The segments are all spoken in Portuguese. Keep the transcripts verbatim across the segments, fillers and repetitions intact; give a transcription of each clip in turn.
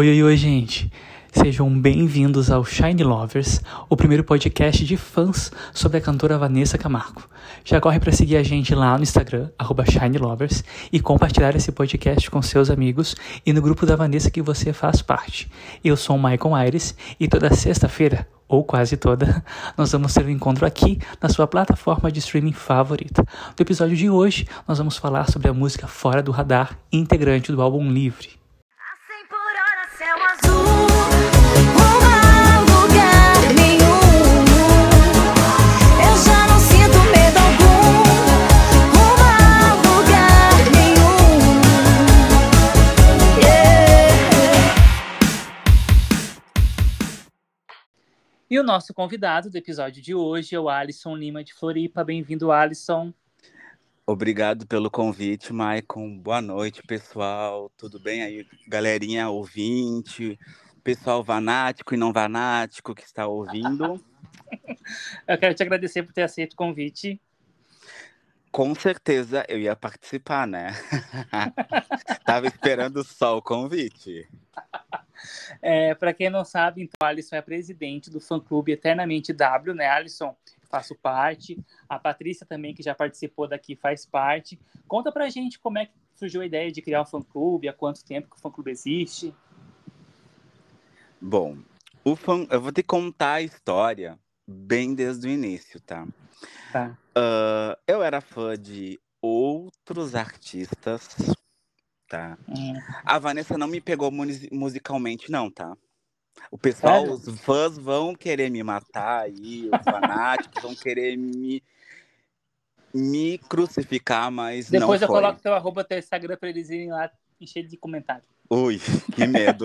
Oi, oi, oi, gente! Sejam bem-vindos ao Shine Lovers, o primeiro podcast de fãs sobre a cantora Vanessa Camargo. Já corre para seguir a gente lá no Instagram, arroba Shine Lovers, e compartilhar esse podcast com seus amigos e no grupo da Vanessa que você faz parte. Eu sou o Michael Aires e toda sexta-feira, ou quase toda, nós vamos ter um encontro aqui na sua plataforma de streaming favorita. No episódio de hoje, nós vamos falar sobre a música Fora do Radar, integrante do álbum Livre. Céu azul, rumo a lugar nenhum. Eu já não sinto medo algum. Rumo a lugar nenhum. Yeah. E o nosso convidado do episódio de hoje é o Alisson Lima de Floripa. Bem-vindo, Alisson. Obrigado pelo convite, Maicon. Boa noite, pessoal. Tudo bem aí, galerinha ouvinte, pessoal vanático e não vanático que está ouvindo? Eu quero te agradecer por ter aceito o convite. Com certeza eu ia participar, né? Tava esperando só o convite. É, para quem não sabe, então, o Alisson é presidente do fã-clube Eternamente W, né, Alisson? Faço parte. A Patrícia também, que já participou daqui, faz parte. Conta pra gente como é que surgiu a ideia de criar um fã-clube, há quanto tempo que o fã-clube existe. Bom, o fã... eu vou te contar a história bem desde o início, tá? Tá. Uh, eu era fã de outros artistas, tá? Hum. A Vanessa não me pegou musicalmente, não, tá? O pessoal, Sério? os fãs vão querer me matar aí, os fanáticos vão querer me, me crucificar, mas Depois não eu foi. coloco teu arroba, teu Instagram pra eles irem lá encher de comentário. Ui, que medo.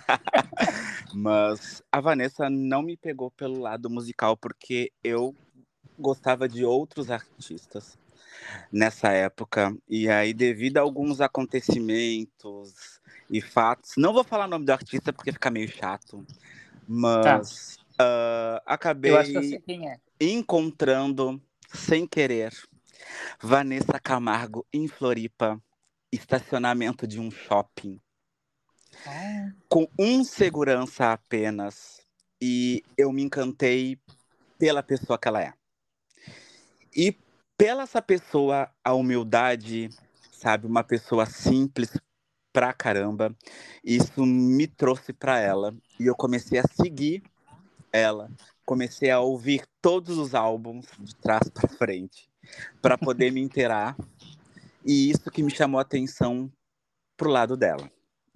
Mas a Vanessa não me pegou pelo lado musical, porque eu gostava de outros artistas nessa época. E aí, devido a alguns acontecimentos e fatos, não vou falar o nome do artista porque fica meio chato, mas tá. uh, acabei eu acho que eu sei quem é. encontrando, sem querer, Vanessa Camargo em Floripa, estacionamento de um shopping, ah. com um segurança apenas, e eu me encantei pela pessoa que ela é. E pela essa pessoa, a humildade, sabe, uma pessoa simples pra caramba, isso me trouxe pra ela, e eu comecei a seguir ela, comecei a ouvir todos os álbuns de trás pra frente, para poder me inteirar, e isso que me chamou a atenção pro lado dela.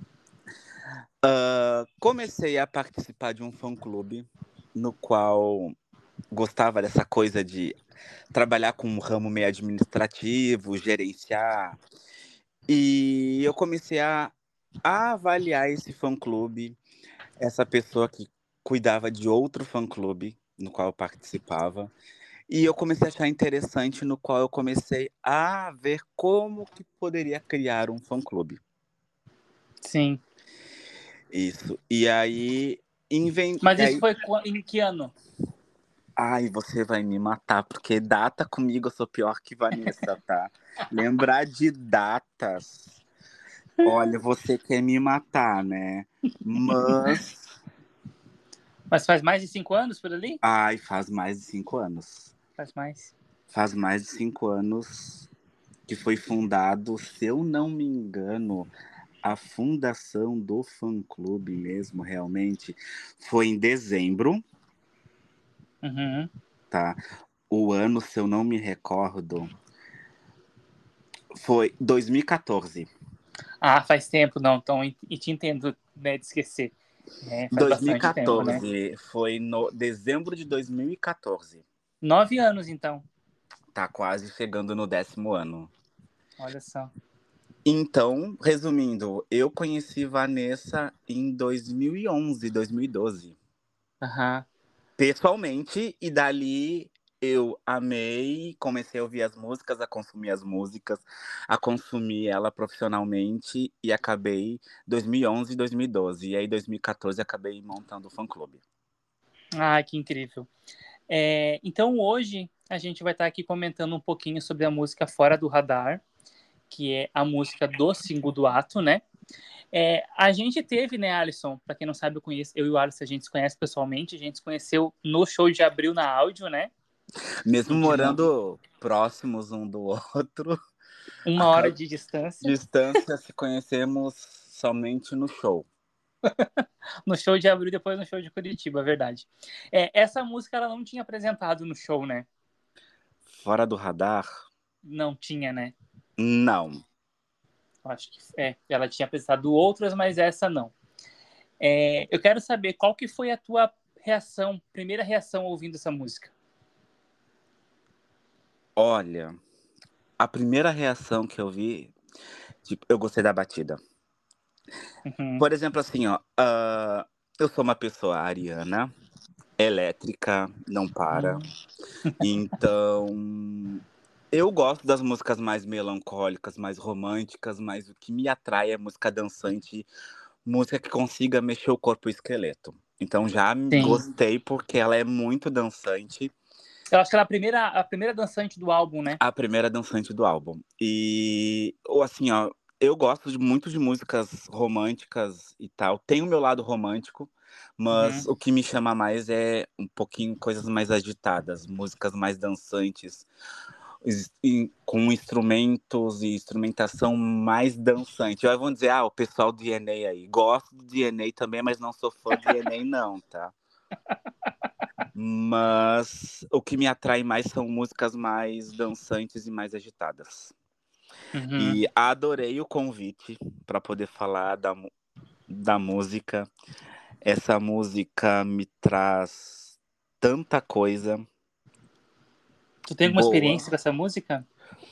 Uh, comecei a participar de um fã-clube, no qual gostava dessa coisa de trabalhar com um ramo meio administrativo, gerenciar. E eu comecei a, a avaliar esse fã-clube, essa pessoa que cuidava de outro fã-clube, no qual eu participava. E eu comecei a achar interessante, no qual eu comecei a ver como que poderia criar um fã-clube. Sim. Isso. E aí... Invent... Mas isso aí... foi em que ano? Ai, você vai me matar, porque data comigo eu sou pior que Vanessa, tá? Lembrar de datas. Olha, você quer me matar, né? Mas... Mas faz mais de cinco anos por ali? Ai, faz mais de cinco anos. Faz mais. Faz mais de cinco anos que foi fundado, se eu não me engano, a fundação do fã-clube mesmo, realmente, foi em dezembro. Uhum. Tá? O ano, se eu não me recordo, foi dois mil e catorze. Ah, faz tempo, não. Então, e te entendo, né, de esquecer. É, faz dois mil e catorze, tempo, né? Foi no dezembro de dois mil e catorze. Nove anos, então. Tá quase chegando no décimo ano. Olha só. Então, resumindo, eu conheci Vanessa em dois mil e onze, dois mil e doze. Aham. Pessoalmente, e dali eu amei, comecei a ouvir as músicas, a consumir as músicas, a consumir ela profissionalmente, e acabei dois mil e onze e dois mil e doze. E aí, dois mil e catorze, acabei montando o fã-clube. Ah, que incrível. É, então, hoje, a gente vai estar aqui comentando um pouquinho sobre a música Fora do Radar, que é a música do single do Ato, né? É, a gente teve, né, Alisson? Pra quem não sabe, eu conheço, eu e o Alisson, a gente se conhece pessoalmente. A gente se conheceu no show de abril na áudio, né? Mesmo De uma, morando próximos um do outro, uma a hora ca- de distância. distância se conhecemos somente no show. No show de abril, depois no show de Curitiba, é verdade. É, essa música ela não tinha apresentado no show, né? Fora do radar? Não tinha, né? Não. Eu acho que é, ela tinha apresentado outras, mas essa não. É, eu quero saber qual que foi a tua reação, primeira reação ouvindo essa música. Olha, a primeira reação que eu vi, tipo, eu gostei da batida. Uhum. Por exemplo, assim, ó, ah, eu sou uma pessoa ariana, elétrica, não para. Então, eu gosto das músicas mais melancólicas, mais românticas, mas o que me atrai é música dançante, música que consiga mexer o corpo e o esqueleto. Então já Sim. gostei porque ela é muito dançante, Eu acho que ela é a primeira, a primeira dançante do álbum, né? a primeira dançante do álbum. E, ou assim, ó, eu gosto de muito de músicas românticas e tal. Tem o meu lado romântico, mas Uhum. o que me chama mais é um pouquinho coisas mais agitadas, músicas mais dançantes, is- e com instrumentos e instrumentação mais dançante. Aí vão dizer, ah, o pessoal do D N A aí. Gosto do D N A também, mas não sou fã do D N A não, tá? Mas o que me atrai mais são músicas mais dançantes e mais agitadas. Uhum. E adorei o convite para poder falar da, mu- da música. Essa música me traz tanta coisa Tu tem alguma boa. experiência com essa música?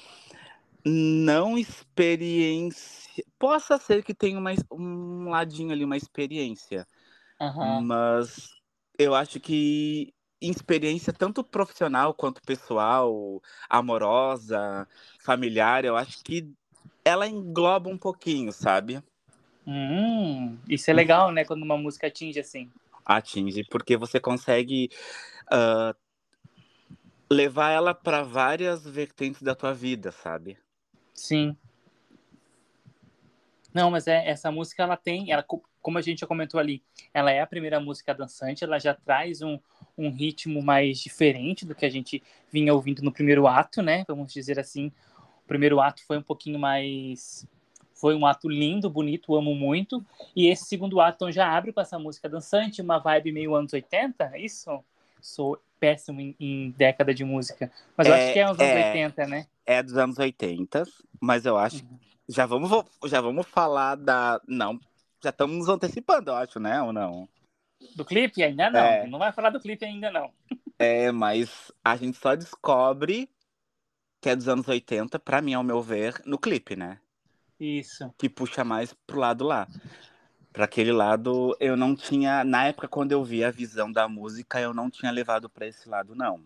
Não experiência. Possa ser que tenha uma, um ladinho ali, uma experiência. Aham. Mas eu acho que experiência tanto profissional quanto pessoal, amorosa, familiar, eu acho que ela engloba um pouquinho, sabe? Hum, isso é legal, né? Quando uma música atinge assim. Atinge, porque você consegue ah, levar ela para várias vertentes da tua vida, sabe? Sim. Não, mas é, essa música ela tem, ela, co- como a gente já comentou ali, ela é a primeira música dançante, ela já traz um, um ritmo mais diferente do que a gente vinha ouvindo no primeiro ato, né? Vamos dizer assim. O primeiro ato foi um pouquinho mais. Foi um ato lindo, bonito, amo muito. E esse segundo ato então, já abre com essa música dançante, uma vibe meio anos oitenta, é isso? Sou péssimo em, em década de música. Mas eu acho que É, é os anos é, oitenta, né? é dos anos oitenta, mas eu acho que já vamos, vo- já vamos falar da. Não, já estamos nos antecipando, eu acho, né? Ou não? Do clipe? Ainda não. É, Não vai falar do clipe ainda não. é, mas a gente só descobre que é dos anos oitenta, pra mim, ao meu ver, no clipe, né? Isso. Que puxa mais pro lado lá. Pra aquele lado, eu não tinha. Na época, quando eu vi a visão da música, eu não tinha levado pra esse lado, não.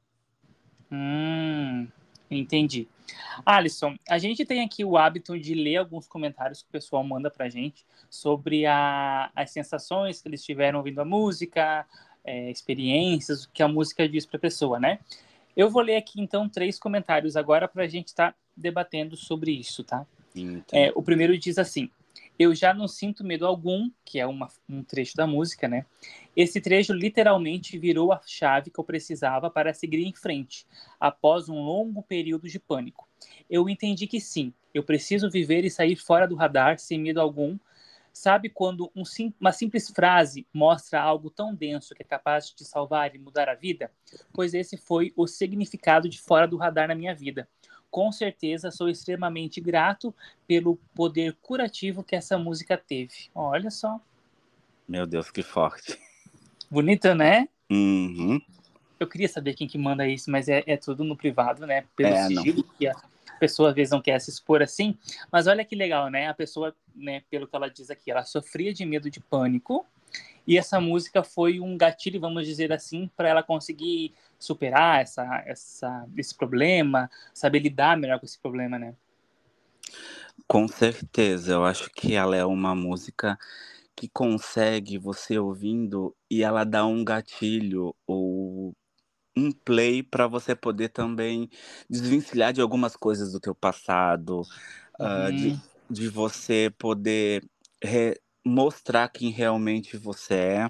Hum, entendi. Alisson, a gente tem aqui o hábito de ler alguns comentários que o pessoal manda pra gente sobre a- as sensações que eles tiveram ouvindo a música, é, experiências, o que a música diz pra pessoa, né? Eu vou ler aqui então três comentários agora pra gente estar debatendo sobre isso, tá? É, Então, o primeiro diz assim: eu já não sinto medo algum, que é uma, um trecho da música, né? Esse trecho literalmente virou a chave que eu precisava para seguir em frente, após um longo período de pânico. Eu entendi que sim, eu preciso viver e sair fora do radar sem medo algum. Sabe quando um sim, uma simples frase mostra algo tão denso que é capaz de te salvar e mudar a vida? Pois esse foi o significado de fora do radar na minha vida. Com certeza sou extremamente grato pelo poder curativo que essa música teve. Olha só. meu Deus, que forte. Bonito, né? Uhum. Eu queria saber quem que manda isso, mas é, é tudo no privado, né? Pelo É, não. sigilo, que a pessoa às vezes não quer se expor assim. Mas olha que legal, né? A pessoa, né, pelo que ela diz aqui, ela sofria de medo de pânico. E essa música foi um gatilho, vamos dizer assim, para ela conseguir superar essa, essa, esse problema, saber lidar melhor com esse problema, né? Com certeza, eu acho que ela é uma música que consegue você ouvindo e ela dá um gatilho ou um play para você poder também desvencilhar de algumas coisas do teu passado, ah, de, Uhum. de você poder re- mostrar quem realmente você é,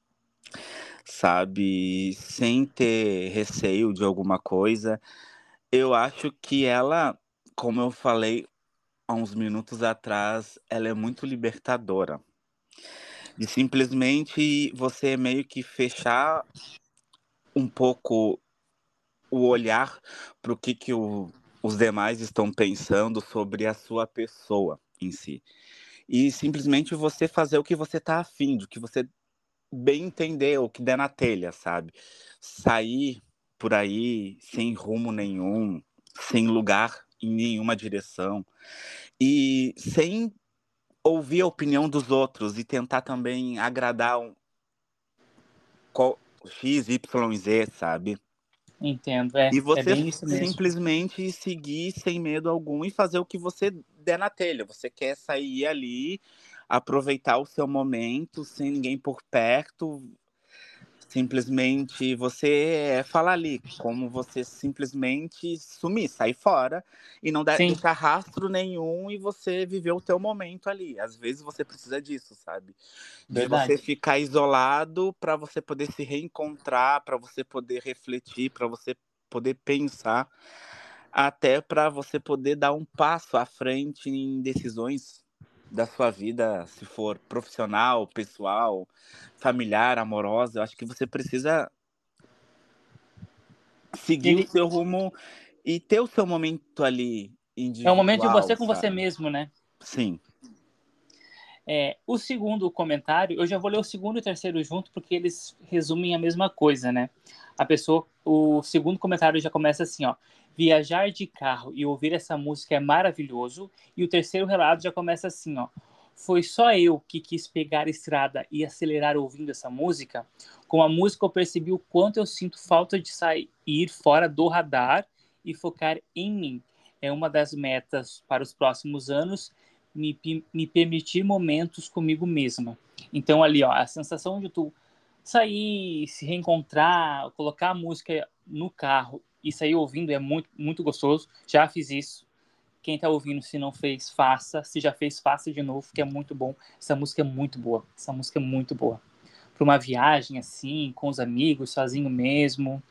sabe? Sem ter receio de alguma coisa. Eu acho que ela, como eu falei há uns minutos atrás, ela é muito libertadora. De simplesmente você meio que fechar um pouco o olhar para o que, que o- os demais estão pensando sobre a sua pessoa em si. E simplesmente você fazer o que você tá afim, o que você bem entender, o que der na telha, sabe? Sair por aí sem rumo nenhum, sem lugar em nenhuma direção e sem ouvir a opinião dos outros e tentar também agradar um qual- X, Y, Z, sabe? Entendo, é, E é você bem isso mesmo. simplesmente seguir sem medo algum e fazer o que você der na telha. Você quer sair ali, aproveitar o seu momento, sem ninguém por perto. Simplesmente você falar ali, como você simplesmente sumir, sair fora e não dar, Sim, deixar rastro nenhum e você viver o teu momento ali. Às vezes você precisa disso, sabe? De você verdade. ficar isolado para você poder se reencontrar, para você poder refletir, para você poder pensar, até para você poder dar um passo à frente em decisões da sua vida, se for profissional, pessoal, familiar, amorosa. Eu acho que você precisa seguir o Ele seu rumo e ter o seu momento ali é um momento de individual, você com você sabe? mesmo, né? Sim, É, o segundo comentário, eu já vou ler o segundo e o terceiro junto, porque eles resumem a mesma coisa, né? A pessoa, o segundo comentário já começa assim, ó. Viajar de carro e ouvir essa música é maravilhoso. E o terceiro relato já começa assim, ó. Foi só eu que quis pegar a estrada e acelerar ouvindo essa música. Com a música eu percebi o quanto eu sinto falta de sair fora do radar e focar em mim. É uma das metas para os próximos anos me, me permitir momentos comigo mesma. Então ali, ó, a sensação de tu sair, se reencontrar, colocar a música no carro e sair ouvindo é muito, muito gostoso. Já fiz isso. Quem tá ouvindo, se não fez, faça. Se já fez, faça de novo, que é muito bom. Essa música é muito boa. Essa música é muito boa. Para uma viagem assim, com os amigos, sozinho mesmo.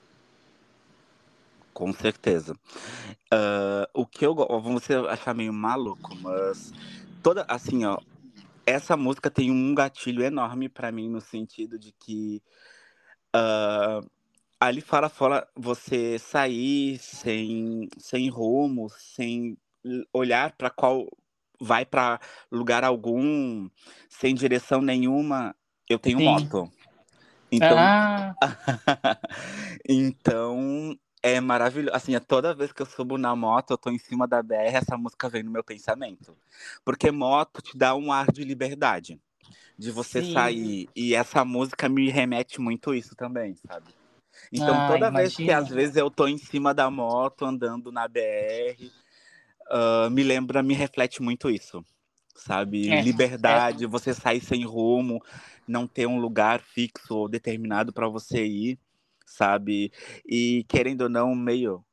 com certeza. Ah, o que eu gosto, você achar meio maluco, mas toda, assim, ó, essa música tem um gatilho enorme pra mim no sentido de que ali fora fora você sair sem, sem rumo, sem olhar pra qual vai pra lugar algum, sem direção nenhuma. Eu tenho Sim. moto. Então, Ah, então é maravilhoso. Assim, é toda vez que eu subo na moto, eu tô em cima da B R, essa música vem no meu pensamento. Porque moto te dá um ar de liberdade, de você sim. sair. E essa música me remete muito isso também, sabe? Então, Ah, toda vez que imagino. às vezes eu tô em cima da moto, andando na B R, ah, me lembra, me reflete muito isso, sabe? É, é, Liberdade, você sair sem rumo, não ter um lugar fixo ou determinado para você ir, sabe? E querendo ou não, meio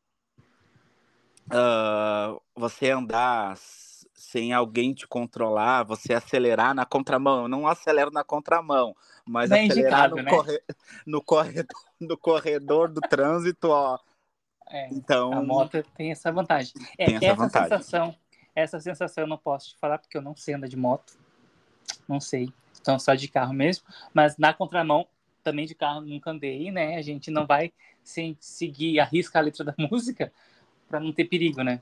ah, você andar s- sem alguém te controlar, você acelerar na contramão. Eu não acelero na contramão, mas não é acelerar no, indicável, né? corre... no, corredor, no corredor do trânsito, ó. É, a Então, moto tem essa vantagem. É, tem essa essa vantagem. sensação, essa sensação eu não posso te falar porque eu não sei andar de moto, não sei. Então só de carro mesmo, mas na contramão também de carro nunca andei, né? A gente não vai sem seguir a risca a letra da música para não ter perigo, né?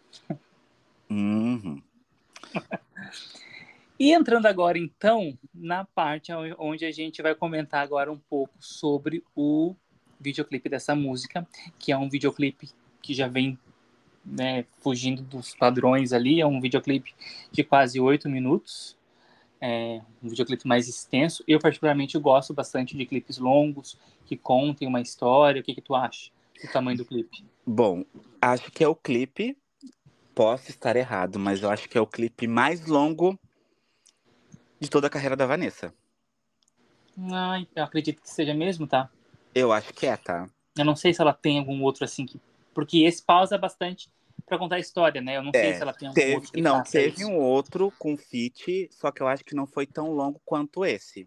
Uhum. E entrando agora então na parte onde a gente vai comentar agora um pouco sobre o videoclipe dessa música, que é um videoclipe que já vem, né, fugindo dos padrões ali. É um videoclipe de quase oito minutos, é um videoclipe mais extenso. Eu particularmente gosto bastante de clipes longos, que contem uma história. O que que tu acha do tamanho do clipe? Bom, acho que é o clipe. Posso estar errado, mas eu acho que é o clipe mais longo de toda a carreira da Vanessa. Ai, eu acredito que seja mesmo, tá? Eu acho que é, tá? Eu não sei se ela tem algum outro assim que... Porque esse pausa bastante, pra contar a história, né? Eu não sei É, se ela tem algum teve, outro que não, faça teve isso. um outro com feat, só que eu acho que não foi tão longo quanto esse.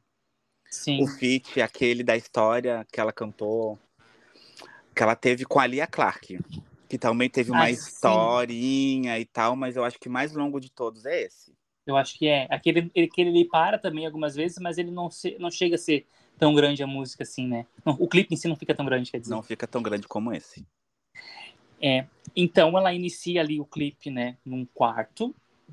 O Sim. feat, aquele da história que ela cantou, que ela teve com a Lia Clark, que também teve uma Ah, sim. historinha e tal, mas eu acho que o mais longo de todos é esse. Eu acho que é. Aquele ele, que ele para também algumas vezes, mas ele não, se, não chega a ser tão grande a música assim, né? Não, o clipe em si não fica tão grande, quer dizer. Não fica tão grande como esse. É. Então ela inicia ali o clipe, né, num quarto,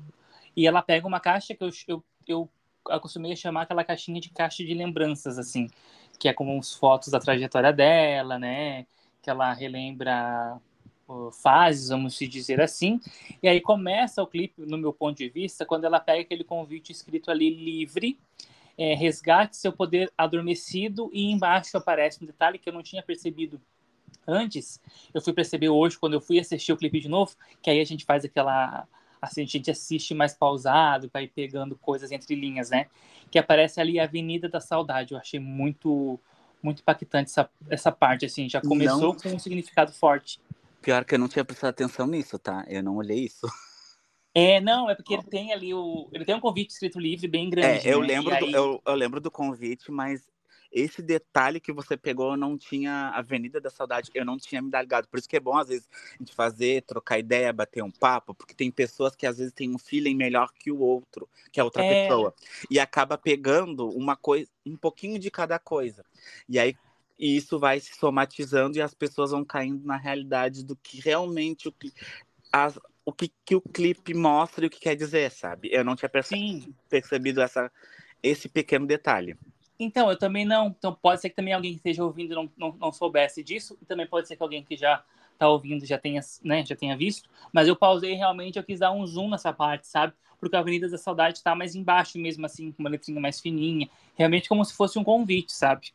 e ela pega uma caixa que eu, eu, eu acostumei a chamar aquela caixinha de caixa de lembranças, assim, que é como uns fotos da trajetória dela, né? Que ela relembra uh, fases, vamos se dizer assim. E aí começa o clipe, no meu ponto de vista, quando ela pega aquele convite escrito ali livre, é, resgate seu poder adormecido, e embaixo aparece um detalhe que eu não tinha percebido antes. Eu fui perceber hoje, quando eu fui assistir o clipe de novo, que aí a gente faz aquela... Assim, a gente assiste mais pausado, vai pegando coisas entre linhas, né? Que aparece ali a Avenida da Saudade. Eu achei muito, muito impactante essa, essa parte, assim. Já começou Não, com um significado forte. pior que eu não tinha prestado atenção nisso, tá? Eu não olhei isso. É, não, é porque ele tem ali o... Ele tem um convite escrito livre bem É, grande, eu né? E lembro do, aí... eu, eu lembro do convite, mas esse detalhe que você pegou, eu não tinha Avenida da Saudade, eu não tinha me dado ligado. Por isso que é bom, às vezes, a gente fazer, trocar ideia, bater um papo, porque tem pessoas que às vezes têm um feeling melhor que o outro, que a outra É, pessoa. E acaba pegando uma coisa, um pouquinho de cada coisa. E aí e isso vai se somatizando e as pessoas vão caindo na realidade do que realmente o que, as, o que, que o clipe mostra e o que quer dizer, sabe? Eu não tinha perce- sim. percebido essa, esse pequeno detalhe. Então, eu também não. Então, pode ser que também alguém que esteja ouvindo não, não, não soubesse disso, e também pode ser que alguém que já está ouvindo já tenha, né, já tenha visto. Mas eu pausei realmente, eu quis dar um zoom nessa parte, sabe? Porque a Avenida da Saudade está mais embaixo mesmo, assim, com uma letrinha mais fininha. Realmente como se fosse um convite, sabe?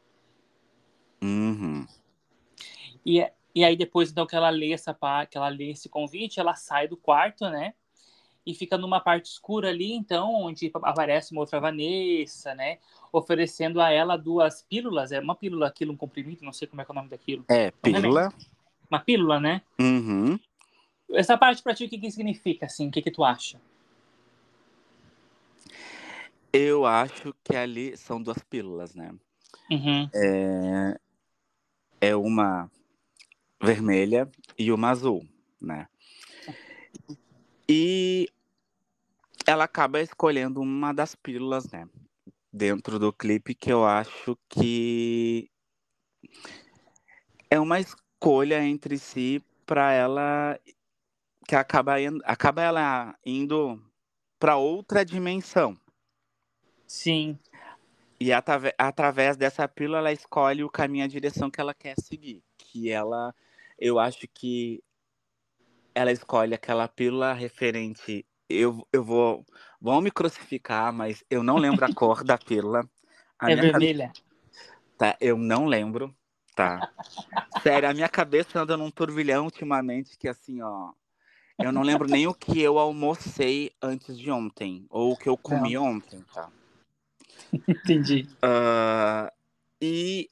Uhum. E, e aí depois, então, que ela lê essa parte, que ela lê esse convite, ela sai do quarto, né? E fica numa parte escura ali, então, onde aparece uma outra Vanessa, né? Oferecendo a ela duas pílulas. É uma pílula, aquilo, um comprimido, não sei como é que é o nome daquilo. É, É um remédio. pílula. Uma pílula, né? Uhum. Essa parte pra ti, o que que significa, assim? O que que tu acha? Eu acho que ali são duas pílulas, né? Uhum, É, é uma vermelha e uma azul, né? E ela acaba escolhendo uma das pílulas, né? Dentro do clipe, que eu acho que é uma escolha entre si para ela que acaba indo, acaba ela indo para outra dimensão. sim. E atrave- através dessa pílula ela escolhe o caminho, a direção que ela quer seguir. Que ela, eu acho que ela escolhe aquela pílula referente. Eu, eu vou. Vão me crucificar, mas eu não lembro a cor da pílula. A É minha cabeça. vermelha. Tá, eu não lembro. Tá. Sério, a minha cabeça anda num turbilhão ultimamente que assim, ó. Eu não lembro nem o que eu almocei antes de ontem. Ou o que eu Não, comi ontem, tá? entendi. Ah, e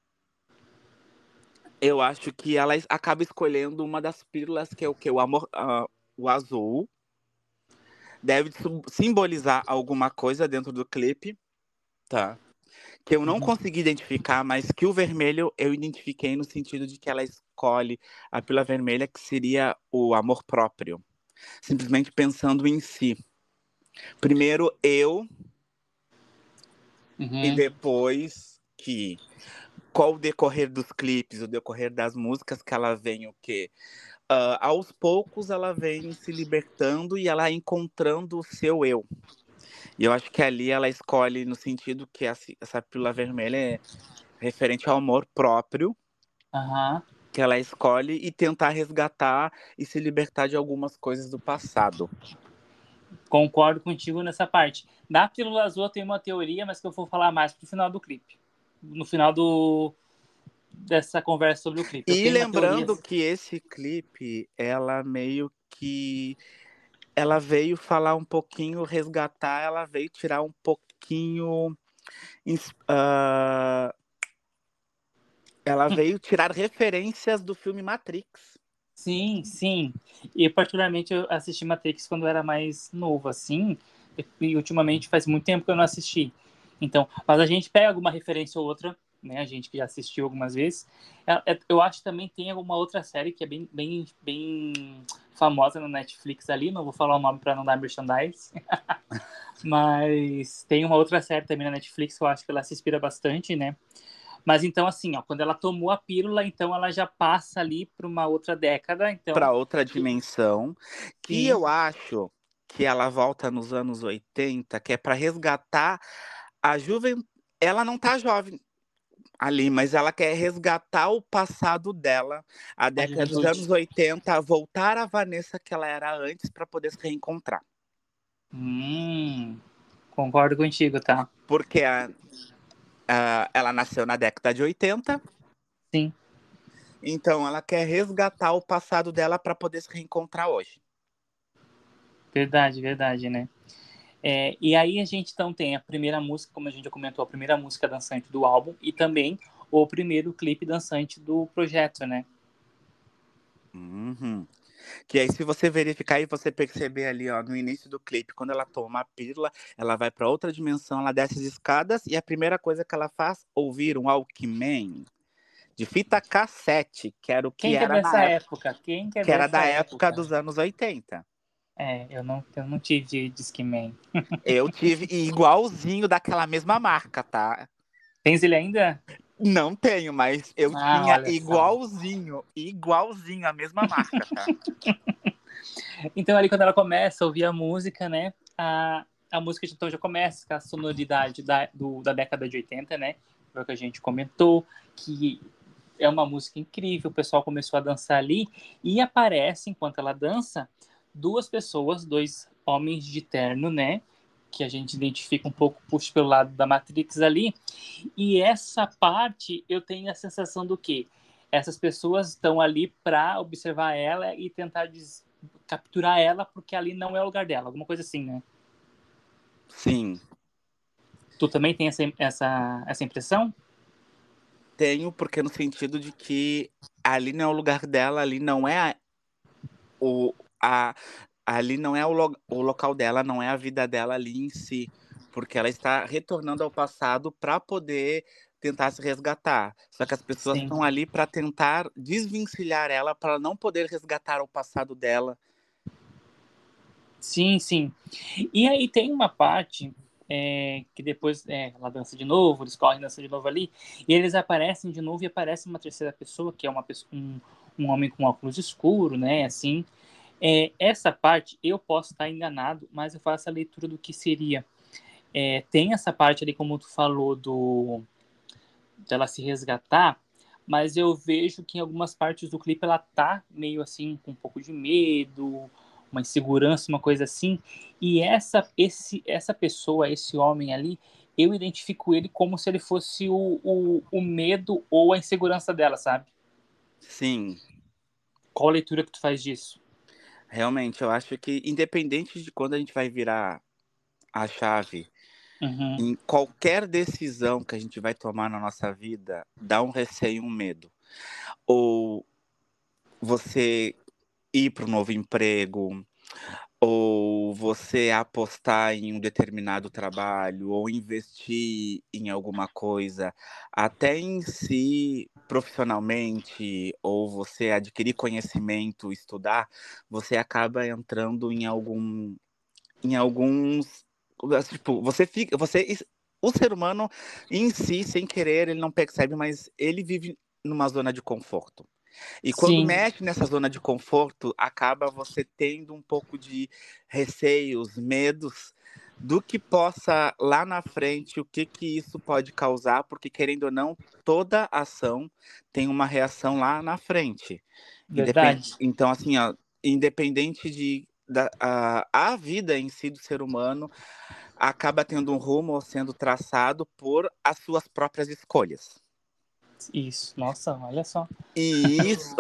eu acho que ela es- acaba escolhendo uma das pílulas que é o que? O amor, ah, o azul. Deve su- simbolizar alguma coisa dentro do clipe, tá? Que eu não Uhum. consegui identificar, mas que o vermelho eu identifiquei no sentido de que ela escolhe a pílula vermelha, que seria o amor próprio. Simplesmente pensando em si. Primeiro eu e Uhum. depois que qual o decorrer dos clipes, o decorrer das músicas que ela vem o quê? Ah, aos poucos ela vem se libertando e ela encontrando o seu eu. E eu acho que ali ela escolhe no sentido que essa, essa pílula vermelha é referente ao amor próprio, Aham. que ela escolhe e tentar resgatar e se libertar de algumas coisas do passado. Concordo contigo nessa parte. Da pílula azul eu tenho uma teoria, mas que eu vou falar mais pro final do clipe. No final do, dessa conversa sobre o clipe. Eu E tenho uma teoria. lembrando que esse clipe, ela meio que ela veio falar um pouquinho, resgatar, ela veio tirar um pouquinho. ins- ah, ela veio tirar referências do filme Matrix. Sim, sim. E particularmente eu assisti Matrix quando eu era mais novo, assim, e ultimamente faz muito tempo que eu não assisti. Então, mas a gente pega alguma referência ou outra, né? A gente que já assistiu algumas vezes. É- é- Eu acho que também tem alguma outra série que é bem, bem, bem famosa no Netflix ali, não vou falar o nome para não dar merchandise, mas tem uma outra série também na Netflix que eu acho que ela se inspira bastante, né? Mas então, assim, ó, quando ela tomou a pílula, então ela já passa ali para uma outra década. Então, Para outra dimensão, que sim, eu acho que ela volta nos anos oitenta, que é para resgatar a juventude. Ela não tá jovem ali, mas ela quer resgatar o passado dela, a a década dos juventude. anos oitenta, voltar à Vanessa que ela era antes para poder se reencontrar. Hum, concordo contigo, tá? Porque a, a- ela nasceu na década de oitenta, Sim, então ela quer resgatar o passado dela para poder se reencontrar hoje. verdade, verdade, né? É, e aí a gente então tem a primeira música, como a gente já comentou, a primeira música dançante do álbum e também o primeiro clipe dançante do projeto, né? Uhum. Que aí, se você verificar e você perceber ali, ó, no início do clipe, quando ela toma a pílula, ela vai para outra dimensão, ela desce as escadas e a primeira coisa que ela faz, ouvir um Walkman de fita cassete, que era o que Quem que é era na dessa época, época? Quem que é que era dessa da época época? dos anos oitenta. É, eu não, eu não tive Discman. Eu tive e igualzinho daquela mesma marca, tá? Tens ele ainda? Não tenho, mas eu Ah, tinha olha só. igualzinho, igualzinho a mesma marca, tá? Então ali quando ela começa a ouvir a música, né? A, a música então já começa com a sonoridade da, do, da década de oitenta, né? Foi o que a gente comentou, que é uma música incrível, o pessoal começou a dançar ali e aparece, enquanto ela dança, duas pessoas, dois homens de terno, né? Que a gente identifica um pouco puxa pelo lado da Matrix ali. E essa parte eu tenho a sensação do que essas pessoas estão ali para observar ela e tentar des- capturar ela porque ali não é o lugar dela, alguma coisa assim, né? Sim, Tu também tem essa, essa, essa impressão? tenho, porque no sentido de que ali não é o lugar dela, ali não é a, o, a, ali não é o, lo, o local dela, não é a vida dela ali em si, porque ela está retornando ao passado para poder tentar se resgatar. Só que as pessoas Sim. estão ali para tentar desvencilhar ela, para não poder resgatar o passado dela. Sim, sim. E aí tem uma parte é, que depois é, ela dança de novo, eles correm, dançam de novo ali, e eles aparecem de novo e aparece uma terceira pessoa, que é uma pessoa, um, um homem com óculos escuro, né, assim. É, essa parte eu posso estar enganado, mas eu faço a leitura do que seria. É, tem essa parte ali, como tu falou, do dela se resgatar, mas eu vejo que em algumas partes do clipe ela tá meio assim com um pouco de medo, uma insegurança, uma coisa assim. E essa esse essa pessoa, esse homem ali, eu identifico ele como se ele fosse o, o, o medo ou a insegurança dela, sabe? Sim, Qual a leitura que tu faz disso? realmente, eu acho que independente de quando a gente vai virar a chave, Uhum. em qualquer decisão que a gente vai tomar na nossa vida, dá um receio, um medo. Ou você ir para um novo emprego, ou você apostar em um determinado trabalho, ou investir em alguma coisa, até em si profissionalmente, ou você adquirir conhecimento, estudar, você acaba entrando em algum, em alguns, tipo, você fica, você, o ser humano em si, sem querer, ele não percebe, mas ele vive numa zona de conforto. E quando Sim, mexe nessa zona de conforto, acaba você tendo um pouco de receios, medos do que possa lá na frente, o que que isso pode causar, porque querendo ou não, toda ação tem uma reação lá na frente. Independ... verdade. Então, assim, ó, independente de da, a, a vida em si do ser humano acaba tendo um rumo sendo traçado por as suas próprias escolhas. Isso. Nossa, olha só. E isso,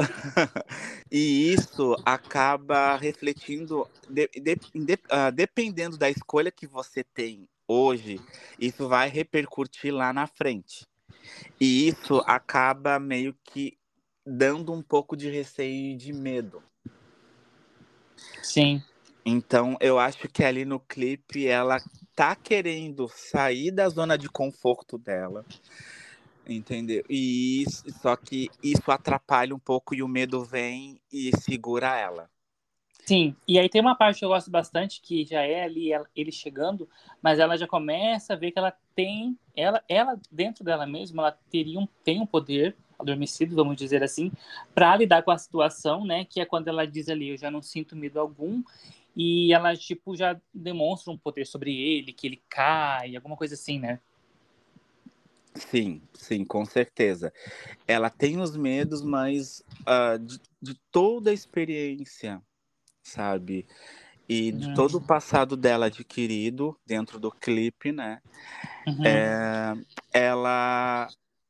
e isso acaba refletindo, de- de- inde- ah, dependendo da escolha que você tem hoje, isso vai repercutir lá na frente. E isso acaba meio que dando um pouco de receio e de medo. Sim. Então, eu acho que ali no clipe ela tá querendo sair da zona de conforto dela, entendeu? E isso, só que isso atrapalha um pouco e o medo vem e segura ela. Sim, e aí tem uma parte que eu gosto bastante, que já é ali ela- ele chegando, mas ela já começa a ver que ela tem, ela, ela dentro dela mesma, ela teria um, tem um poder adormecido, vamos dizer assim, para lidar com a situação, né? Que é quando ela diz ali, eu já não sinto medo algum, e ela, tipo, já demonstra um poder sobre ele, que ele cai, alguma coisa assim, né? Sim, sim, com certeza. Ela tem os medos, mas ah, de, de toda a experiência, sabe? E de Uhum, todo o passado dela adquirido dentro do clipe, né? uhum, É, ela,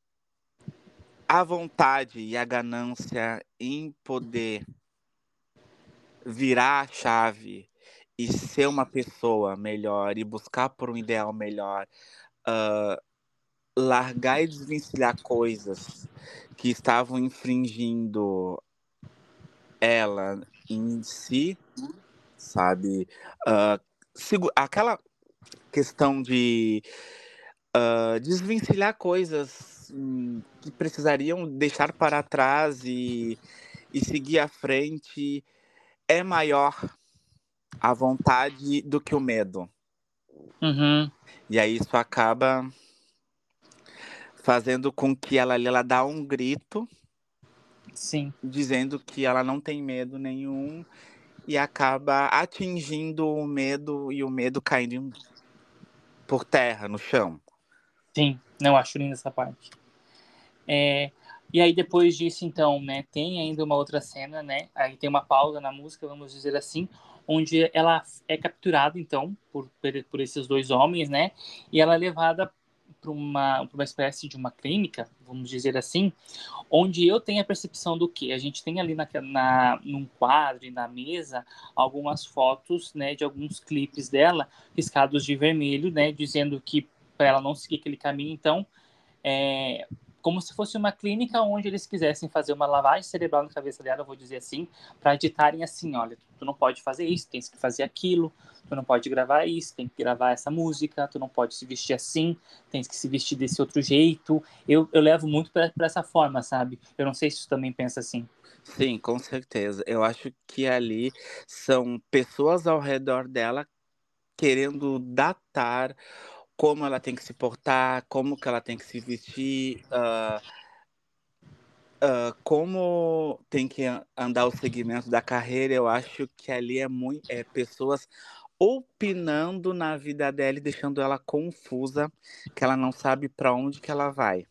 a vontade e a ganância em poder virar a chave e ser uma pessoa melhor e buscar por um ideal melhor, largar e desvencilhar coisas que estavam infringindo ela em si, sabe? Ah, segu- aquela questão de ah, desvencilhar coisas hum, que precisariam deixar para trás e, e seguir à frente é maior a vontade do que o medo. uhum, E aí isso acaba fazendo com que ela, ela dá um grito sim. dizendo que ela não tem medo nenhum e acaba atingindo o medo e o medo caindo por terra, no chão. Sim, não acho linda essa parte. É, e aí depois disso, então, né, tem ainda uma outra cena, né? Aí tem uma pausa na música, vamos dizer assim, onde ela é capturada, então, por, por esses dois homens, né? E ela é levada para uma, pra uma espécie de uma clínica, vamos dizer assim, onde eu tenho a percepção do que a gente tem ali na, na, num quadro e na mesa algumas fotos, né, de alguns clipes dela riscados de vermelho, né, dizendo que para ela não seguir aquele caminho, então é, como se fosse uma clínica onde eles quisessem fazer uma lavagem cerebral na cabeça dela, eu vou dizer assim, para ditarem assim, olha, tu não pode fazer isso, tens que fazer aquilo, tu não pode gravar isso, tem que gravar essa música, tu não pode se vestir assim, tens que se vestir desse outro jeito. Eu, eu levo muito para essa forma, sabe? Eu não sei se tu também pensa assim. Sim, com certeza. Eu acho que ali são pessoas ao redor dela querendo datar como ela tem que se portar, como que ela tem que se vestir, ah, ah, como tem que a- andar o segmento da carreira. Eu acho que ali é muito, é pessoas opinando na vida dela e deixando ela confusa, que ela não sabe para onde que ela vai.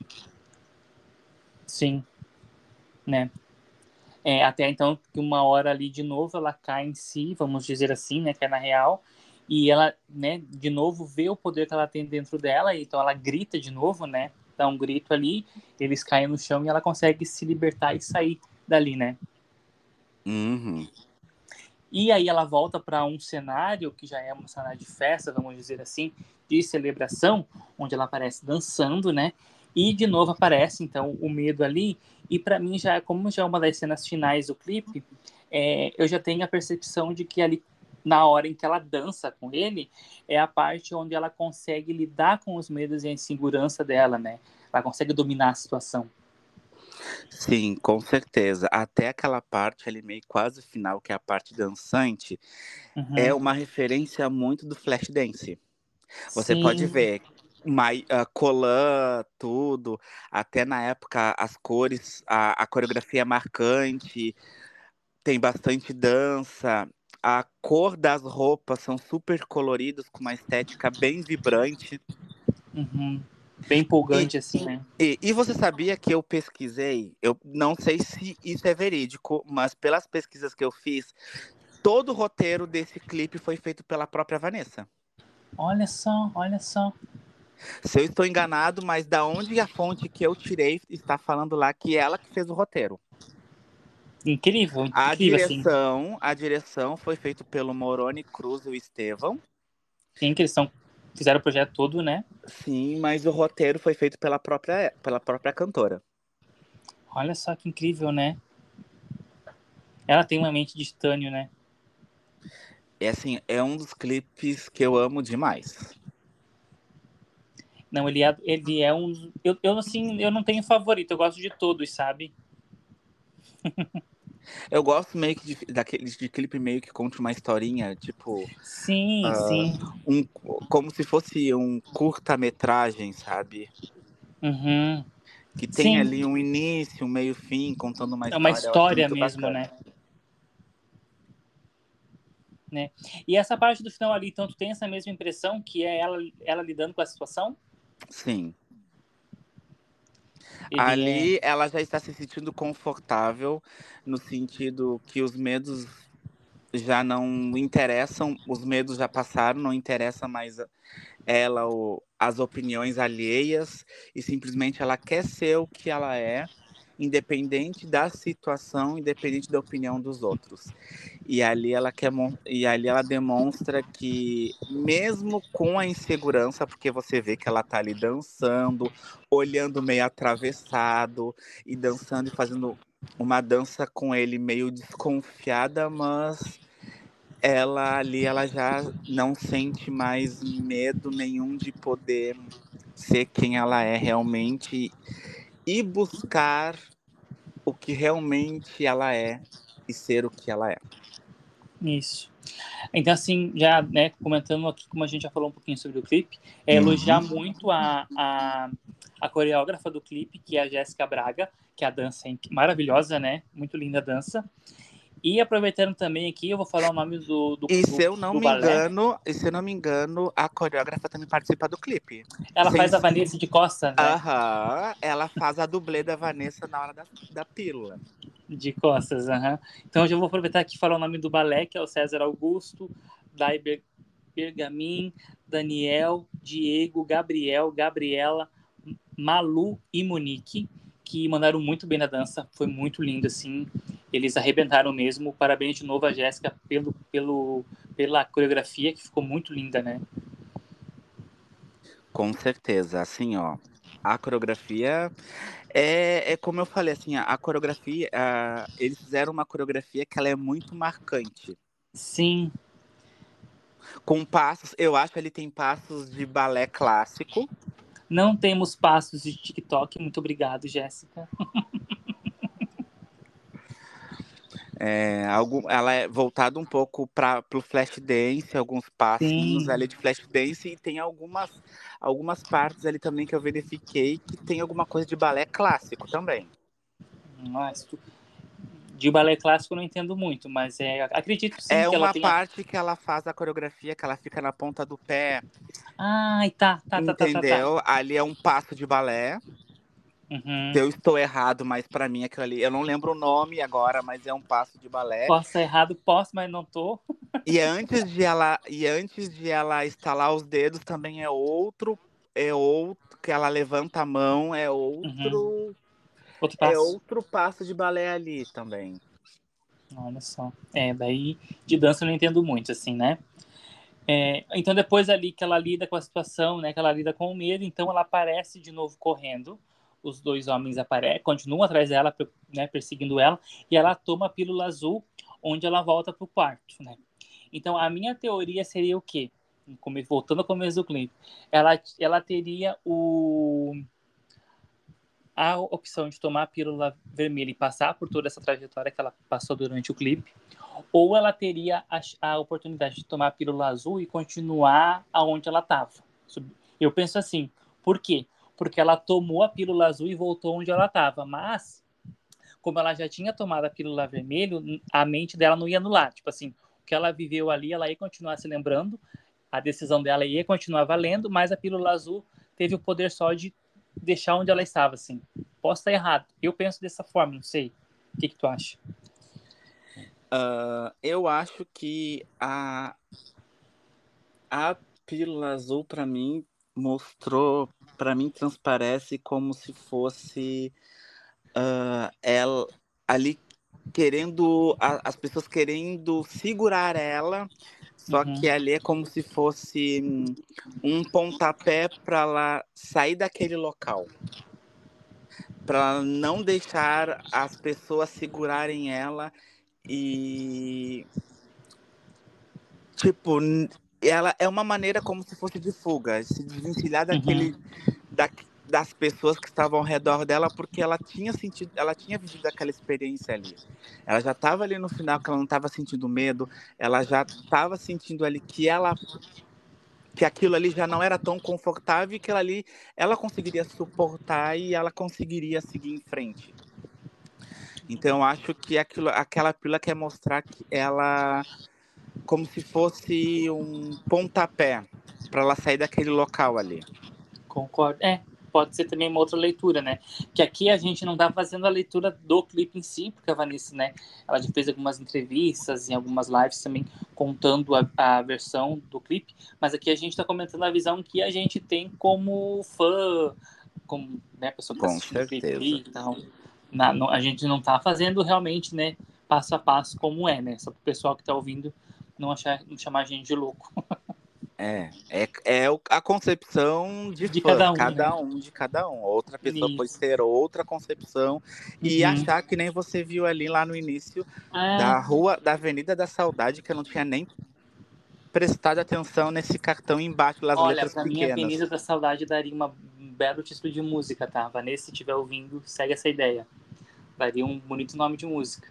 Sim, né? É, até então, que uma hora ali de novo ela cai em si, vamos dizer assim, né, que é na real, e ela, né, de novo vê o poder que ela tem dentro dela, então ela grita de novo, né, dá um grito ali, eles caem no chão e ela consegue se libertar e sair dali, né. Uhum. E aí ela volta para um cenário que já é um cenário de festa, vamos dizer assim, de celebração, onde ela aparece dançando, né? E de novo aparece então o medo ali. E para mim já como já é uma das cenas finais do clipe, é, eu já tenho a percepção de que ali na hora em que ela dança com ele é a parte onde ela consegue lidar com os medos e a insegurança dela, né? Ela consegue dominar a situação. Sim, com certeza. Até aquela parte ali, meio quase final, que é a parte dançante, é Uhum. uma referência muito do Flashdance. Você pode Sim. ver, mai, uh, colã, tudo, até na época as cores, a, a coreografia é marcante, tem bastante dança, a cor das roupas são super coloridas, com uma estética bem vibrante. Uhum. Bem E, empolgante assim, né? e, e você sabia que eu pesquisei? Eu não sei se isso é verídico, mas pelas pesquisas que eu fiz, todo o roteiro desse clipe foi feito pela própria Vanessa. Olha só, olha só. Se eu estou enganado, mas da onde a fonte que eu tirei está falando lá que ela que fez o roteiro. Incrível, A incrível, assim. direção, a direção foi feita pelo Moroni Cruz e o Estevão. Sim, que eles são, fizeram o projeto todo, né? Sim, mas o roteiro foi feito pela própria, pela própria cantora. Olha só que incrível, né? Ela tem uma mente de titânio, né? É assim, é um dos clipes que eu amo demais. Não, ele é, ele é um... Eu, eu, assim, eu não tenho favorito, eu gosto de todos, sabe? Eu gosto meio que de, daquele de clipe meio que conte uma historinha, tipo, Sim, uh, sim. um, como se fosse um curta-metragem, sabe? Uhum. Que tem Sim, ali um início, um meio, fim, contando uma é uma história. Eu acho história muito mesmo, bacana. né? né? E essa parte do final ali, então, tu tem essa mesma impressão que é ela, ela lidando com a situação? Sim. Ele é... Ali ela já está se sentindo confortável no sentido que os medos já não interessam, os medos já passaram, não interessa mais ela ou as opiniões alheias e simplesmente ela quer ser o que ela é, independente da situação, independente da opinião dos outros. E ali ela quer e ali ela demonstra que mesmo com a insegurança, porque você vê que ela tá ali dançando, olhando meio atravessado e dançando e fazendo uma dança com ele meio desconfiada, mas ela ali ela já não sente mais medo nenhum de poder ser quem ela é realmente e buscar o que realmente ela é e ser o que ela é. Isso. Então, assim, já, né, comentando aqui, como a gente já falou um pouquinho sobre o clipe, é elogiar Uhum. muito a, a, a coreógrafa do clipe, que é a Jéssica Braga, que a dança é maravilhosa, né? Muito linda a dança. E aproveitando também aqui, eu vou falar o nome do, do, E se do, eu não do me balé. engano, e se eu não me engano, a coreógrafa também participa do clipe. Ela Sem... faz a Vanessa de costas, né? Aham, ela faz a dublê da Vanessa na hora da, da pílula. De costas, aham. Então eu já vou aproveitar aqui e falar o nome do balé, que é o César Augusto, Dai Bergamin, Daniel, Diego, Gabriel, Gabriela, Malu e Monique, que mandaram muito bem na dança, foi muito lindo, assim, eles arrebentaram mesmo. Parabéns de novo a Jéssica pelo, pelo, pela coreografia, que ficou muito linda, né? Com certeza, assim, ó, a coreografia é, é como eu falei, assim, a, a coreografia, a, eles fizeram uma coreografia que ela é muito marcante. Sim. Com passos, eu acho que ele tem passos de balé clássico. Não temos passos de TikTok, muito obrigado, Jéssica. É, algum, ela é voltada um pouco para o flash dance, alguns passinhos Sim. ali de flash dance e tem algumas, algumas partes ali também que eu verifiquei que tem alguma coisa de balé clássico também. Mas de balé clássico eu não entendo muito, mas é, acredito sim É que ela uma tenha. parte que ela faz a coreografia, que ela fica na ponta do pé, Ai, tá, tá, tá, tá, tá, tá. entendeu? Ali é um passo de balé. Uhum. Se eu estou errado, mas para mim aquilo ali, eu não lembro o nome agora, mas é um passo de balé. Posso estar errado, posso, mas não tô. E antes de ela, e antes de ela estalar os dedos também é outro, é outro que ela levanta a mão, é Uhum. outro, Outro é passo. outro passo de balé ali também. Olha só. É, daí de dança eu não entendo muito, assim, né? É, então depois ali que ela lida com a situação, né? Que ela lida com o medo, então ela aparece de novo correndo. Os dois homens aparecem, continuam atrás dela, né, perseguindo ela, e ela toma a pílula azul, onde ela volta pro quarto, né? Então a minha teoria seria o quê? Voltando ao começo do clipe, ela, ela teria o a opção de tomar a pílula vermelha e passar por toda essa trajetória que ela passou durante o clipe, ou ela teria a, a oportunidade de tomar a pílula azul e continuar aonde ela estava. Eu penso assim, por quê? Porque ela tomou a pílula azul e voltou onde ela estava, mas como ela já tinha tomado a pílula vermelha, a mente dela não ia anular. Tipo assim, o que ela viveu ali, ela ia continuar se lembrando, a decisão dela ia continuar valendo, mas a pílula azul teve o poder só de deixar onde ela estava, assim. Posso estar errado. Eu penso dessa forma, não sei. O que, que tu acha? Uh, eu acho que a, a pílula azul para mim mostrou, para mim transparece como se fosse uh, ela ali querendo, a, as pessoas querendo segurar ela, só Uhum. que ali é como se fosse um pontapé para ela sair daquele local. para não deixar as pessoas segurarem ela e, tipo, n- ela é uma maneira como se fosse de fuga, se desvencilhar Uhum. daquele, da, das pessoas que estavam ao redor dela, porque ela tinha sentido, ela tinha vivido aquela experiência ali. Ela já estava ali no final, que ela não estava sentindo medo, ela já estava sentindo ali que ela que aquilo ali já não era tão confortável e que ela ali ela conseguiria suportar e ela conseguiria seguir em frente. Então eu acho que aquilo, aquela pílula quer mostrar que ela como se fosse um pontapé para ela sair daquele local ali. Concordo. É, pode ser também uma outra leitura, né? Que aqui a gente não tá fazendo a leitura do clipe em si, porque a Vanessa, né, ela já fez algumas entrevistas em algumas lives também contando a, a versão do clipe, mas aqui a gente tá comentando a visão que a gente tem como fã, como, né, pessoa que tá Com assistindo o clipe ali certeza. e tal. Na, não, a gente não tá fazendo realmente, né, passo a passo como é, né? Só pro pessoal que tá ouvindo não achar, não chamar a gente de louco. É, é, é o- a concepção de De fãs, cada um, né? cada um de cada um. Outra pessoa pode Isso. ter outra concepção e Uhum. achar que nem você viu ali lá no início É, da rua, da Avenida da Saudade, que eu não tinha nem prestado atenção nesse cartão embaixo das olha, letras pra mim, Avenida pequenas. da Saudade daria uma, um belo título de música, tá? Vanessa, se estiver ouvindo, segue essa ideia. Daria um bonito nome de música.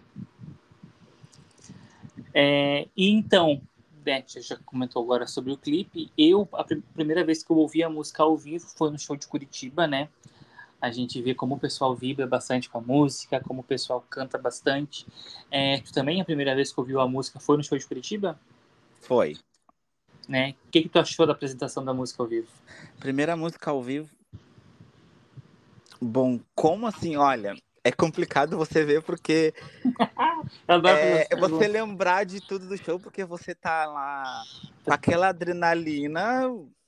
É, e então, né, você já comentou agora sobre o clipe. Eu, a pr- primeira vez que eu ouvi a música ao vivo foi no show de Curitiba, né? A gente vê como o pessoal vibra bastante com a música, como o pessoal canta bastante. É, tu também, a primeira vez que ouviu a música foi no show de Curitiba? Foi. Né? O que, que tu achou da apresentação da música ao vivo? Primeira música ao vivo. Bom, como assim? Olha, é complicado você ver porque Eu adoro fazer essas é você perguntas. lembrar de tudo do show porque você tá lá com aquela adrenalina.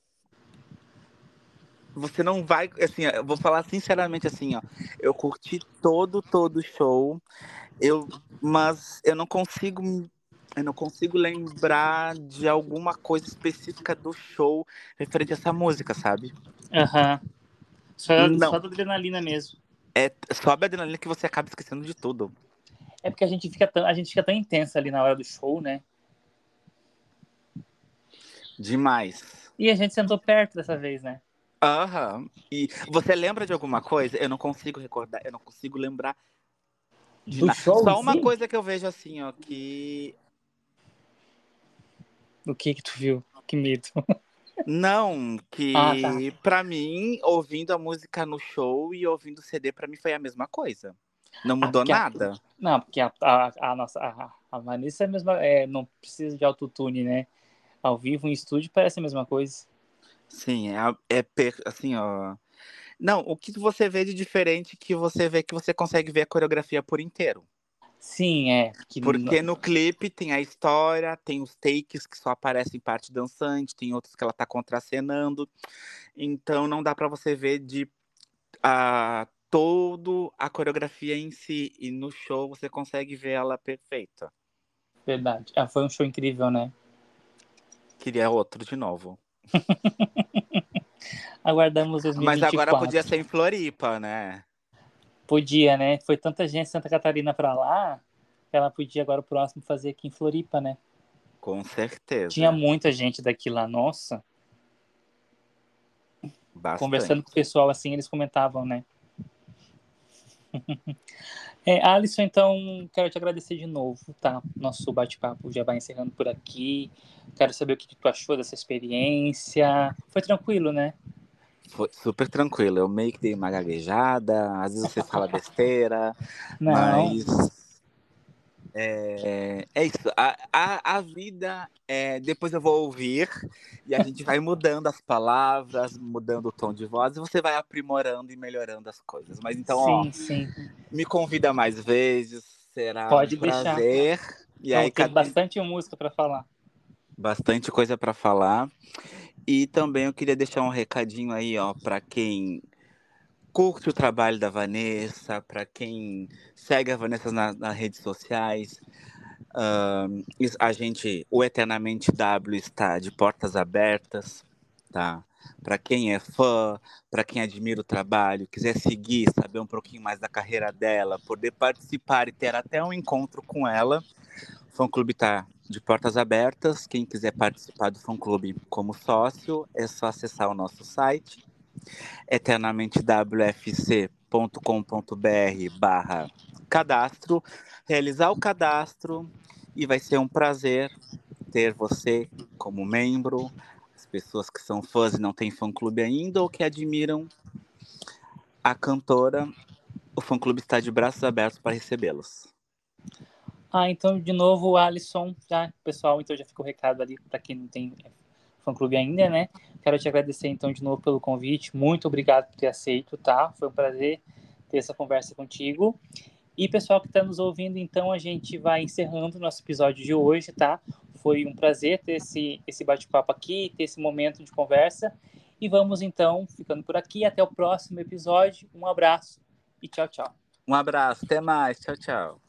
Você não vai, assim, eu vou falar sinceramente assim, ó. Eu curti todo, todo o show. Eu, mas eu não consigo, eu não consigo lembrar de alguma coisa específica do show referente a essa música, sabe? Aham. Só, Não, só da adrenalina mesmo. é sobe a adrenalina que você acaba esquecendo de tudo. É porque a gente fica tão, a gente fica tão intensa ali na hora do show, né? Demais. E a gente sentou perto dessa vez, né? Aham. E você lembra de alguma coisa? Eu não consigo recordar, eu não consigo lembrar de Do nada. show em Só uma si? coisa que eu vejo assim, ó, que O que que tu viu? Que medo. não, Ah, tá. que pra mim, ouvindo a música no show e ouvindo o C D, pra mim foi a mesma coisa. Não Ah, mudou porque a, nada. não, porque a, a, a nossa a, a Vanessa é a mesma, é, não precisa de autotune, né? Ao vivo em estúdio parece a mesma coisa. Sim, é, a- é per- assim, ó. Não, o que você vê de diferente que você vê que você consegue ver a coreografia por inteiro. Sim, é que Porque no clipe tem a história, tem os takes que só aparecem parte dançante, tem outros que ela tá contracenando. Então não dá pra você ver de a todo a coreografia em si e no show você consegue ver ela perfeita. verdade. Ah, foi um show incrível, né? Queria outro de novo. Aguardamos Mas agora podia dois mil e vinte e quatro. ser em Floripa, né? Podia, né? Foi tanta gente de Santa Catarina pra lá, que ela podia agora o próximo fazer aqui em Floripa, né? Com Tinha certeza. muita gente daqui lá, nossa. Conversando com o Bastante. pessoal assim, eles comentavam, né? É, Alisson, então, quero te agradecer de novo, tá? Nosso bate-papo já vai encerrando por aqui. Quero saber o que tu achou dessa experiência. Foi tranquilo, né? Foi super tranquilo. Eu meio que dei uma gaguejada, às vezes você fala besteira, Não, mas é, é isso. A, a, a vida é. Depois eu vou ouvir e a gente vai mudando as palavras, mudando o tom de voz e você vai aprimorando e melhorando as coisas. Mas então, ó, sim, sim. me convida mais vezes, será um Pode deixar. prazer. E aí, Vamos ter cada... bastante música para falar. bastante coisa para falar. E também eu queria deixar um recadinho aí, ó, para quem curte o trabalho da Vanessa, para quem segue a Vanessa na- nas redes sociais. Ahn, is- a gente, o Eternamente W está de portas abertas, tá? para quem é fã, para quem admira o trabalho, quiser seguir, saber um pouquinho mais da carreira dela, poder participar e ter até um encontro com ela, o fã-clube está de portas abertas. Quem quiser participar do fã-clube como sócio, é só acessar o nosso site, eternamente w f c ponto com ponto b r barra cadastro, realizar o cadastro e vai ser um prazer ter você como membro, as pessoas que são fãs e não têm fã-clube ainda ou que admiram a cantora, o fã-clube está de braços abertos para recebê-los. Ah, então, de novo, Alisson, já, pessoal, então já ficou o recado ali para quem não tem fã-clube ainda, né? Quero te agradecer, então, de novo pelo convite. Muito obrigado por ter aceito, tá? Foi um prazer ter essa conversa contigo. E, pessoal que está nos ouvindo, então, a gente vai encerrando o nosso episódio de hoje, tá? Foi um prazer ter esse, esse bate-papo aqui, ter esse momento de conversa. E vamos, então, ficando por aqui. Até o próximo episódio. Um abraço e tchau, tchau. Um abraço, até mais, tchau, tchau.